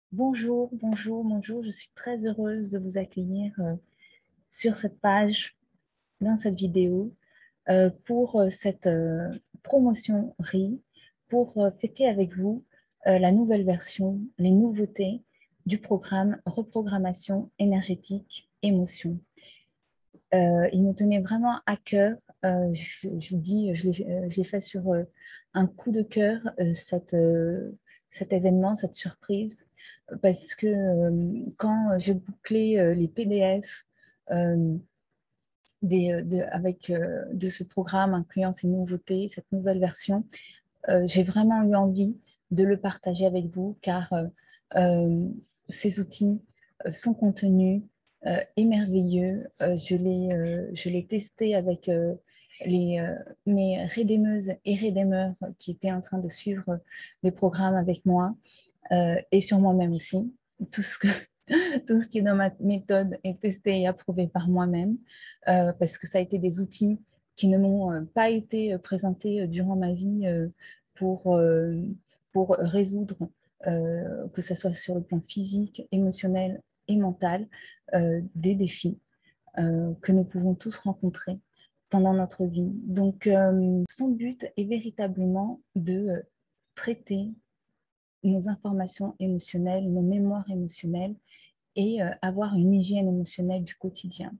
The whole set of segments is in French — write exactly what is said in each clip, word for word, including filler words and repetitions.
Bonjour, bonjour, bonjour. Je suis très heureuse de vous accueillir euh, sur cette page, dans cette vidéo, euh, pour euh, cette euh, promotion R I, pour euh, fêter avec vous euh, la nouvelle version, les nouveautés du programme Reprogrammation énergétique émotion. Euh, il me tenait vraiment à cœur. Euh, je, je vous dis, je l'ai euh, je l'ai fait sur euh, un coup de cœur, euh, cette, euh, cet événement, cette surprise, parce que euh, quand j'ai bouclé euh, les P D F euh, des, euh, de, avec, euh, de ce programme incluant ces nouveautés, cette nouvelle version, euh, j'ai vraiment eu envie de le partager avec vous car euh, euh, ces outils, euh, son contenu euh, est merveilleux. Euh, je l'ai euh, je l'ai testé avec euh, les, euh, mes rédémeuses et rédémeurs qui étaient en train de suivre les programmes avec moi euh, et sur moi-même aussi. Tout ce, que, tout ce qui est dans ma méthode est testé et approuvé par moi-même euh, parce que ça a été des outils qui ne m'ont euh, pas été présentés durant ma vie euh, pour, euh, pour résoudre, euh, que ce soit sur le plan physique, émotionnel et mental, euh, des défis euh, que nous pouvons tous rencontrer pendant notre vie. Donc, euh, son but est véritablement de euh, traiter nos informations émotionnelles, nos mémoires émotionnelles et euh, avoir une hygiène émotionnelle du quotidien.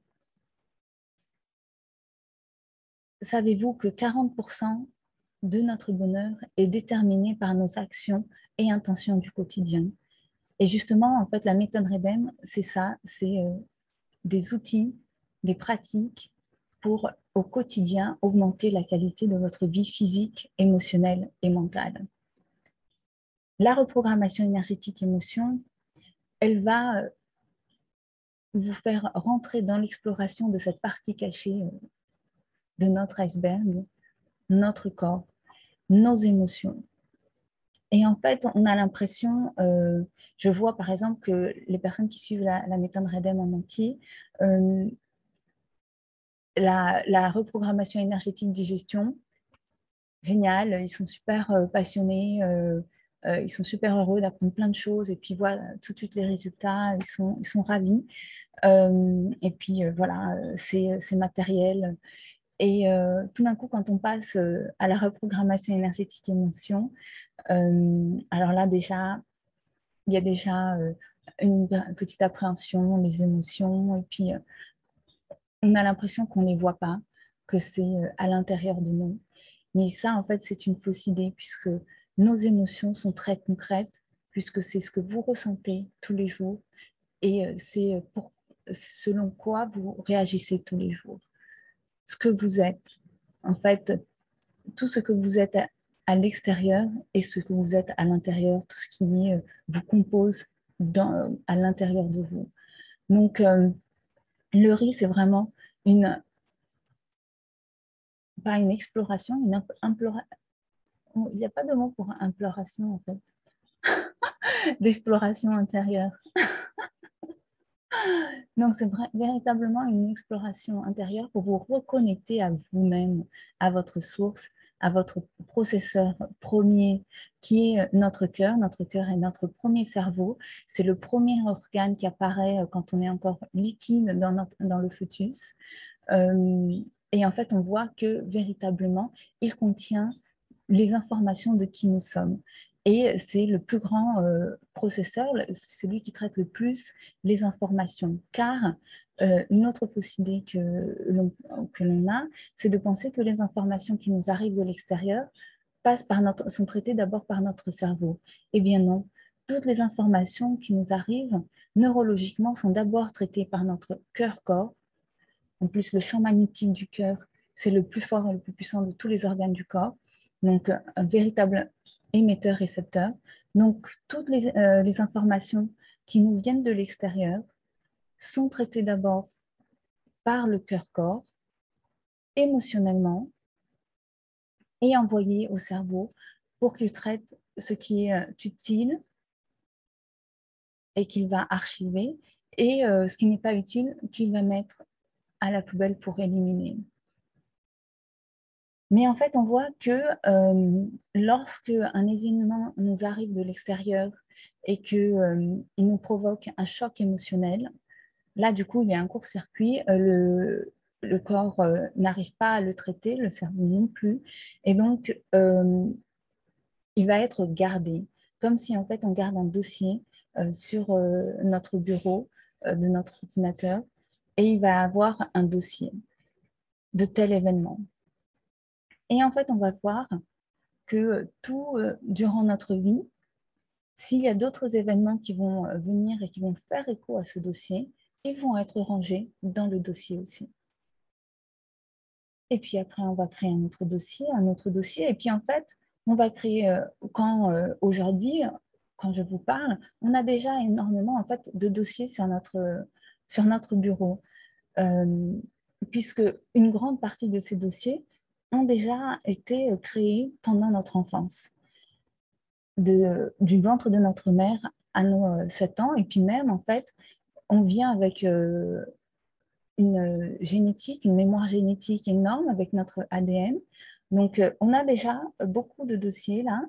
Savez-vous que quarante pour cent de notre bonheur est déterminé par nos actions et intentions du quotidien? Et justement, en fait, la méthode REDEM, c'est ça, c'est euh, des outils, des pratiques pour, au quotidien, augmenter la qualité de votre vie physique, émotionnelle et mentale. La reprogrammation énergétique émotion, elle va euh, vous faire rentrer dans l'exploration de cette partie cachée euh, de notre iceberg, notre corps, nos émotions. Et en fait, on a l'impression, euh, je vois par exemple que les personnes qui suivent la, la méthode REDEM en entier, euh, la, la, reprogrammation énergétique digestion, génial, ils sont super euh, passionnés, euh, euh, ils sont super heureux d'apprendre plein de choses et puis voilà tout de suite les résultats, ils sont, ils sont ravis. Euh, et puis euh, voilà, c'est matériel. Et euh, tout d'un coup, quand on passe euh, à la reprogrammation énergétique émotion, euh, alors là déjà, il y a déjà euh, une petite appréhension, les émotions, et puis euh, on a l'impression qu'on ne les voit pas, que c'est euh, à l'intérieur de nous. Mais ça, en fait, c'est une fausse idée, puisque nos émotions sont très concrètes, puisque c'est ce que vous ressentez tous les jours, et euh, c'est pour, selon quoi vous réagissez tous les jours. Ce que vous êtes, en fait, tout ce que vous êtes à, à l'extérieur et ce que vous êtes à l'intérieur, tout ce qui euh, vous compose dans, à l'intérieur de vous. Donc, euh, le riz, c'est vraiment une, pas une exploration, une imploration. Il n'y a pas de mot pour imploration, en fait, d'exploration intérieure. Donc, c'est véritablement une exploration intérieure pour vous reconnecter à vous-même, à votre source, à votre processeur premier qui est notre cœur. Notre cœur est notre premier cerveau. C'est le premier organe qui apparaît quand on est encore liquide dans, notre, dans le fœtus. Euh, et en fait, on voit que véritablement, il contient les informations de qui nous sommes. Et c'est le plus grand euh, processeur, celui qui traite le plus les informations. Car euh, une autre fausse idée que l'on que l'on a, c'est de penser que les informations qui nous arrivent de l'extérieur passent par notre, sont traitées d'abord par notre cerveau. Eh bien non, toutes les informations qui nous arrivent neurologiquement sont d'abord traitées par notre cœur-corps. En plus, le champ magnétique du cœur, c'est le plus fort et le plus puissant de tous les organes du corps. Donc, un véritable émetteur-récepteur. Donc, toutes les, euh, les informations qui nous viennent de l'extérieur sont traitées d'abord par le cœur-corps, émotionnellement, et envoyées au cerveau pour qu'il traite ce qui est euh, utile et qu'il va archiver, et euh, ce qui n'est pas utile, qu'il va mettre à la poubelle pour éliminer. Mais en fait, on voit que euh, lorsque un événement nous arrive de l'extérieur et qu'il euh, nous provoque un choc émotionnel, là, du coup, il y a un court-circuit, euh, le, le corps euh, n'arrive pas à le traiter, le cerveau non plus, et donc euh, il va être gardé, comme si en fait on garde un dossier euh, sur euh, notre bureau euh, de notre ordinateur, et il va avoir un dossier de tel événement. Et en fait, on va voir que tout euh, durant notre vie, s'il y a d'autres événements qui vont euh, venir et qui vont faire écho à ce dossier, ils vont être rangés dans le dossier aussi. Et puis après, on va créer un autre dossier, un autre dossier. Et puis en fait, on va créer, euh, quand euh, aujourd'hui, quand je vous parle, on a déjà énormément en fait, de dossiers sur notre, sur notre bureau, euh, puisque une grande partie de ces dossiers ont déjà été créés pendant notre enfance, de, du ventre de notre mère à nos euh, sept ans. Et puis même, en fait, on vient avec euh, une génétique, une mémoire génétique énorme avec notre A D N. Donc, euh, on a déjà beaucoup de dossiers là.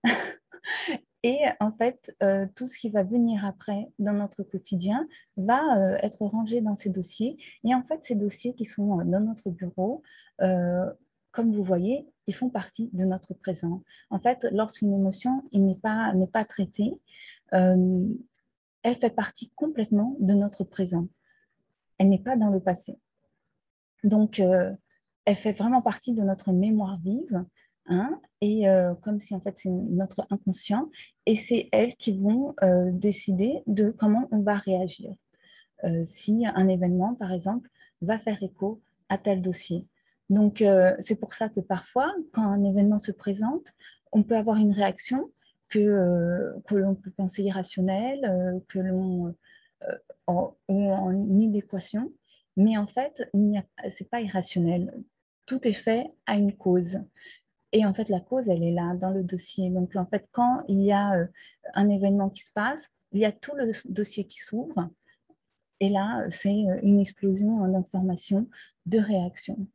Et en fait, euh, tout ce qui va venir après dans notre quotidien va euh, être rangé dans ces dossiers. Et en fait, ces dossiers qui sont dans notre bureau, euh, comme vous voyez, ils font partie de notre présent. En fait, lorsqu'une émotion n'est pas, n'est pas traitée, euh, elle fait partie complètement de notre présent. Elle n'est pas dans le passé. Donc, euh, elle fait vraiment partie de notre mémoire vive, hein, et euh, comme si en fait c'est notre inconscient, et c'est elles qui vont euh, décider de comment on va réagir. Euh, si un événement, par exemple, va faire écho à tel dossier. Donc, euh, c'est pour ça que parfois, quand un événement se présente, on peut avoir une réaction que, euh, que l'on peut penser irrationnelle, euh, que l'on euh, en, en inadéquation, mais en fait, ce n'est pas irrationnel. Tout est fait à une cause. Et en fait, la cause, elle est là, dans le dossier. Donc, en fait, quand il y a euh, un événement qui se passe, il y a tout le dossier qui s'ouvre. Et là, c'est une explosion d'informations, de réactions.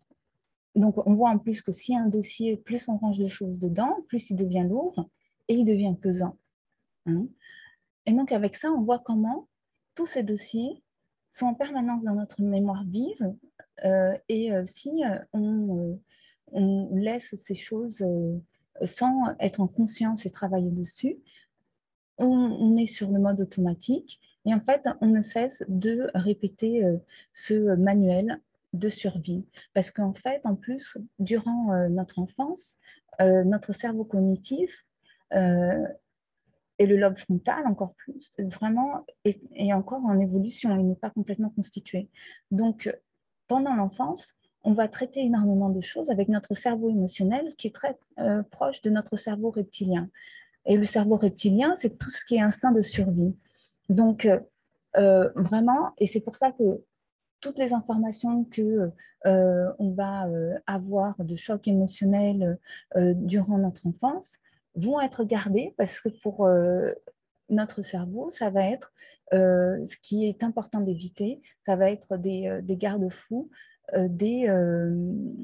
Donc, on voit en plus que si un dossier, plus on range de choses dedans, plus il devient lourd et il devient pesant, hein. Et donc, avec ça, on voit comment tous ces dossiers sont en permanence dans notre mémoire vive. Euh, et euh, si euh, on, euh, on, laisse ces choses euh, sans être en conscience et travailler dessus, on, on, est sur le mode automatique. Et en fait, on ne cesse de répéter euh, ce manuel de survie. Parce qu'en fait, en plus, durant euh, notre enfance, euh, notre cerveau cognitif euh, et le lobe frontal, encore plus, vraiment, est, est encore en évolution, il n'est pas complètement constitué. Donc, pendant l'enfance, on va traiter énormément de choses avec notre cerveau émotionnel qui est très euh, proche de notre cerveau reptilien. Et le cerveau reptilien, c'est tout ce qui est instinct de survie. Donc, euh, vraiment, et c'est pour ça que toutes les informations que euh, on va euh, avoir de choc émotionnel euh, durant notre enfance vont être gardées parce que pour euh, notre cerveau, ça va être euh, ce qui est important d'éviter, ça va être des, euh, des garde-fous, euh, des, euh,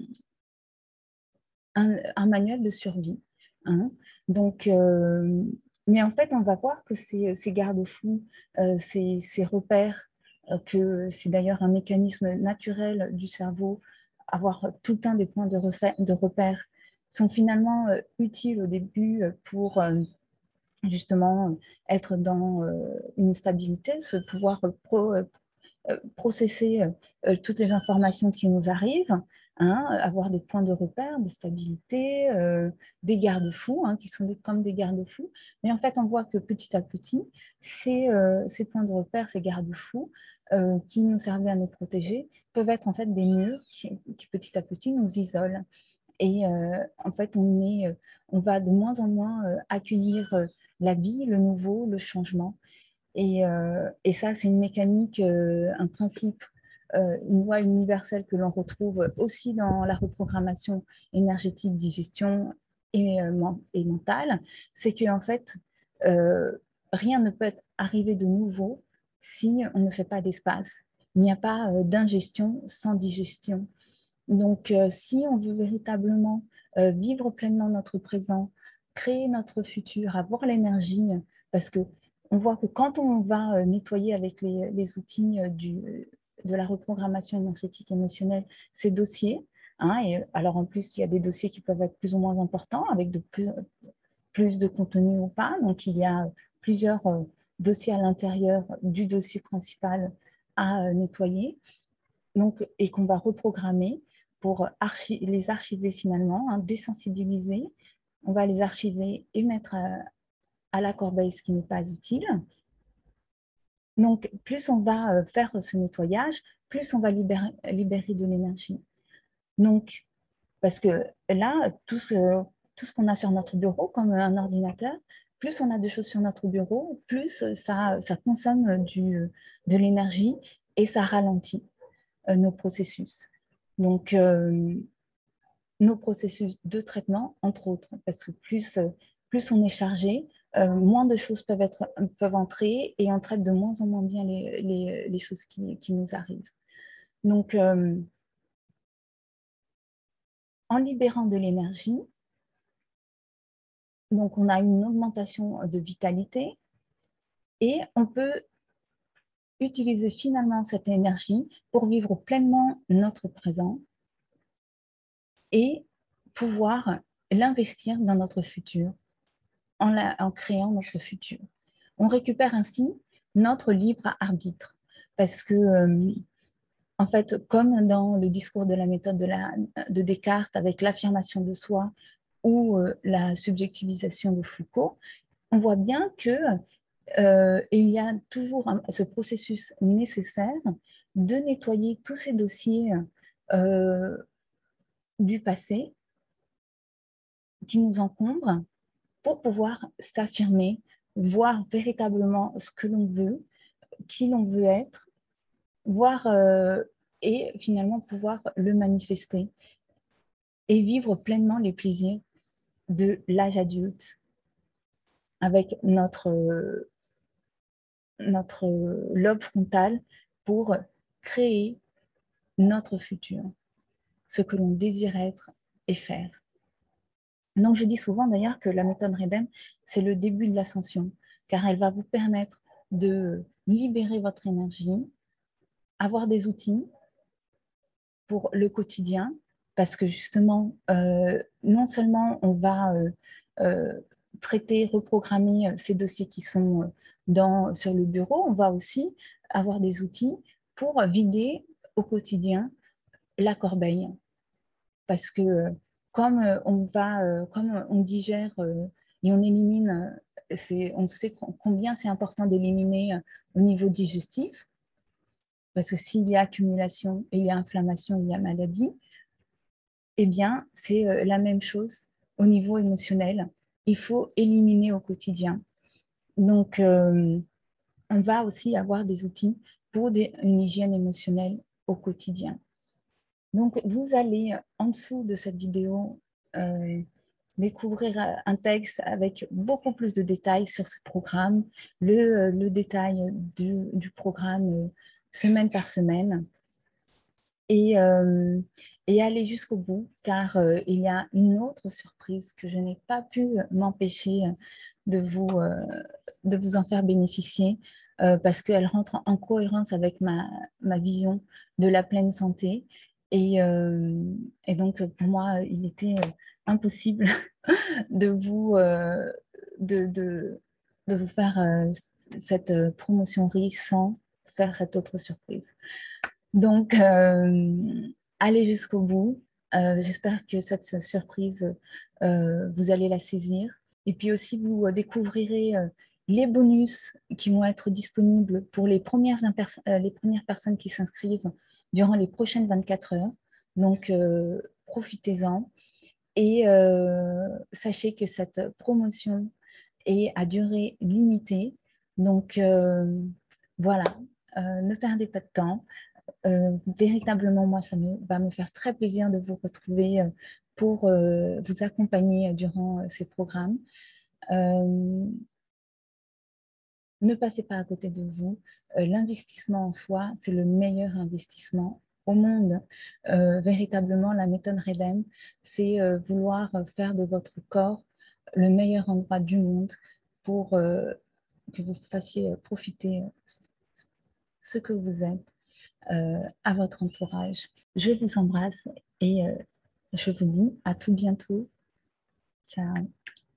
un, un, manuel de survie, hein. Donc, euh, mais en fait, on va voir que ces, ces garde-fous, euh, ces, ces repères, euh, que c'est d'ailleurs un mécanisme naturel du cerveau, avoir tout le temps des points de, refaire, de repère, sont finalement euh, utiles au début pour euh, justement être dans euh, une stabilité, se pouvoir pro, euh, processer euh, toutes les informations qui nous arrivent, hein, avoir des points de repère, de stabilité, euh, des garde-fous, hein, qui sont des, comme des garde-fous. Mais en fait, on voit que petit à petit, ces, euh, ces points de repère, ces garde-fous, euh, qui nous servaient à nous protéger, peuvent être en fait des murs qui, qui petit à petit nous isolent. Et euh, en fait, on, est, on va de moins en moins euh, accueillir euh, la vie, le nouveau, le changement. Et, euh, et ça, c'est une mécanique, euh, un principe, euh, une loi universelle que l'on retrouve aussi dans la reprogrammation énergétique, digestion et, euh, et mentale. C'est qu'en fait, euh, rien ne peut arriver de nouveau si on ne fait pas d'espace. Il n'y a pas euh, d'ingestion sans digestion. Donc, euh, si on veut véritablement euh, vivre pleinement notre présent, créer notre futur, avoir l'énergie parce qu'on voit que quand on va nettoyer avec les, les outils du, de la reprogrammation énergétique émotionnelle ces dossiers, hein, et alors en plus, il y a des dossiers qui peuvent être plus ou moins importants, avec de plus, plus de contenu ou pas, donc il y a plusieurs euh, dossiers à l'intérieur du dossier principal à euh, nettoyer, donc, et qu'on va reprogrammer pour archi les archiver finalement, hein, désensibiliser. On va les archiver et mettre à, à la corbeille ce qui n'est pas utile. Donc, plus on va faire ce nettoyage, plus on va libérer, libérer de l'énergie. Donc, parce que là, tout ce, tout ce qu'on a sur notre bureau, comme un ordinateur, plus on a de choses sur notre bureau, plus ça, ça consomme du, de l'énergie et ça ralentit euh, nos processus. Donc, euh, nos processus de traitement, entre autres, parce que plus, plus on est chargé, euh, moins de choses peuvent, être, peuvent entrer et on traite de moins en moins bien les, les, les choses qui, qui nous arrivent. Donc, euh, en libérant de l'énergie, donc on a une augmentation de vitalité et on peut utiliser finalement cette énergie pour vivre pleinement notre présent et pouvoir l'investir dans notre futur, en, la, en créant notre futur. On récupère ainsi notre libre arbitre parce que, euh, en fait, comme dans le discours de la méthode de, la, de Descartes avec l'affirmation de soi ou euh, la subjectivisation de Foucault, on voit bien que euh, il y a toujours un, ce processus nécessaire de nettoyer tous ces dossiers euh, du passé qui nous encombrent pour pouvoir s'affirmer, voir véritablement ce que l'on veut, qui l'on veut être, voir euh, et finalement pouvoir le manifester et vivre pleinement les plaisirs de l'âge adulte avec notre, euh, notre lobe frontal pour créer notre futur, ce que l'on désire être et faire. Donc, je dis souvent d'ailleurs que la méthode REDEM, c'est le début de l'ascension, car elle va vous permettre de libérer votre énergie, avoir des outils pour le quotidien, parce que justement, euh, non seulement on va euh, euh, traiter, reprogrammer ces dossiers qui sont dans, sur le bureau, on va aussi avoir des outils pour vider au quotidien la corbeille. Parce que comme on, va, comme on digère et on élimine, on sait combien c'est important d'éliminer au niveau digestif, parce que s'il y a accumulation, il y a inflammation, il y a maladie, eh bien, c'est la même chose au niveau émotionnel. Il faut éliminer au quotidien. Donc, euh, on va aussi avoir des outils pour des, une hygiène émotionnelle au quotidien. Donc, vous allez en dessous de cette vidéo euh, découvrir un texte avec beaucoup plus de détails sur ce programme, le, le détail du, du programme euh, semaine par semaine. Et, euh, et aller jusqu'au bout, car euh, il y a une autre surprise que je n'ai pas pu m'empêcher de vous, euh, de vous en faire bénéficier, euh, parce qu'elle rentre en cohérence avec ma, ma vision de la pleine santé. Et, euh, et donc, pour moi, il était impossible de vous, euh, de, de, de vous faire euh, cette promotion riche sans faire cette autre surprise. Donc, euh, allez jusqu'au bout. Euh, J'espère que cette surprise, euh, vous allez la saisir. Et puis aussi, vous euh, découvrirez euh, les bonus qui vont être disponibles pour les premières, euh, les premières personnes qui s'inscrivent durant les prochaines vingt-quatre heures. Donc, euh, profitez-en. Et euh, sachez que cette promotion est à durée limitée. Donc, euh, voilà, euh, ne perdez pas de temps. Euh, véritablement, moi, ça me, va me faire très plaisir de vous retrouver euh, pour euh, vous accompagner durant euh, ces programmes. Euh, ne passez pas à côté de vous. Euh, L'investissement en soi, c'est le meilleur investissement au monde. Euh, véritablement, la méthode REDEM, c'est euh, vouloir faire de votre corps le meilleur endroit du monde pour euh, que vous fassiez profiter ce que vous êtes euh, à votre entourage. Je vous embrasse et euh, je vous dis à tout bientôt. Ciao.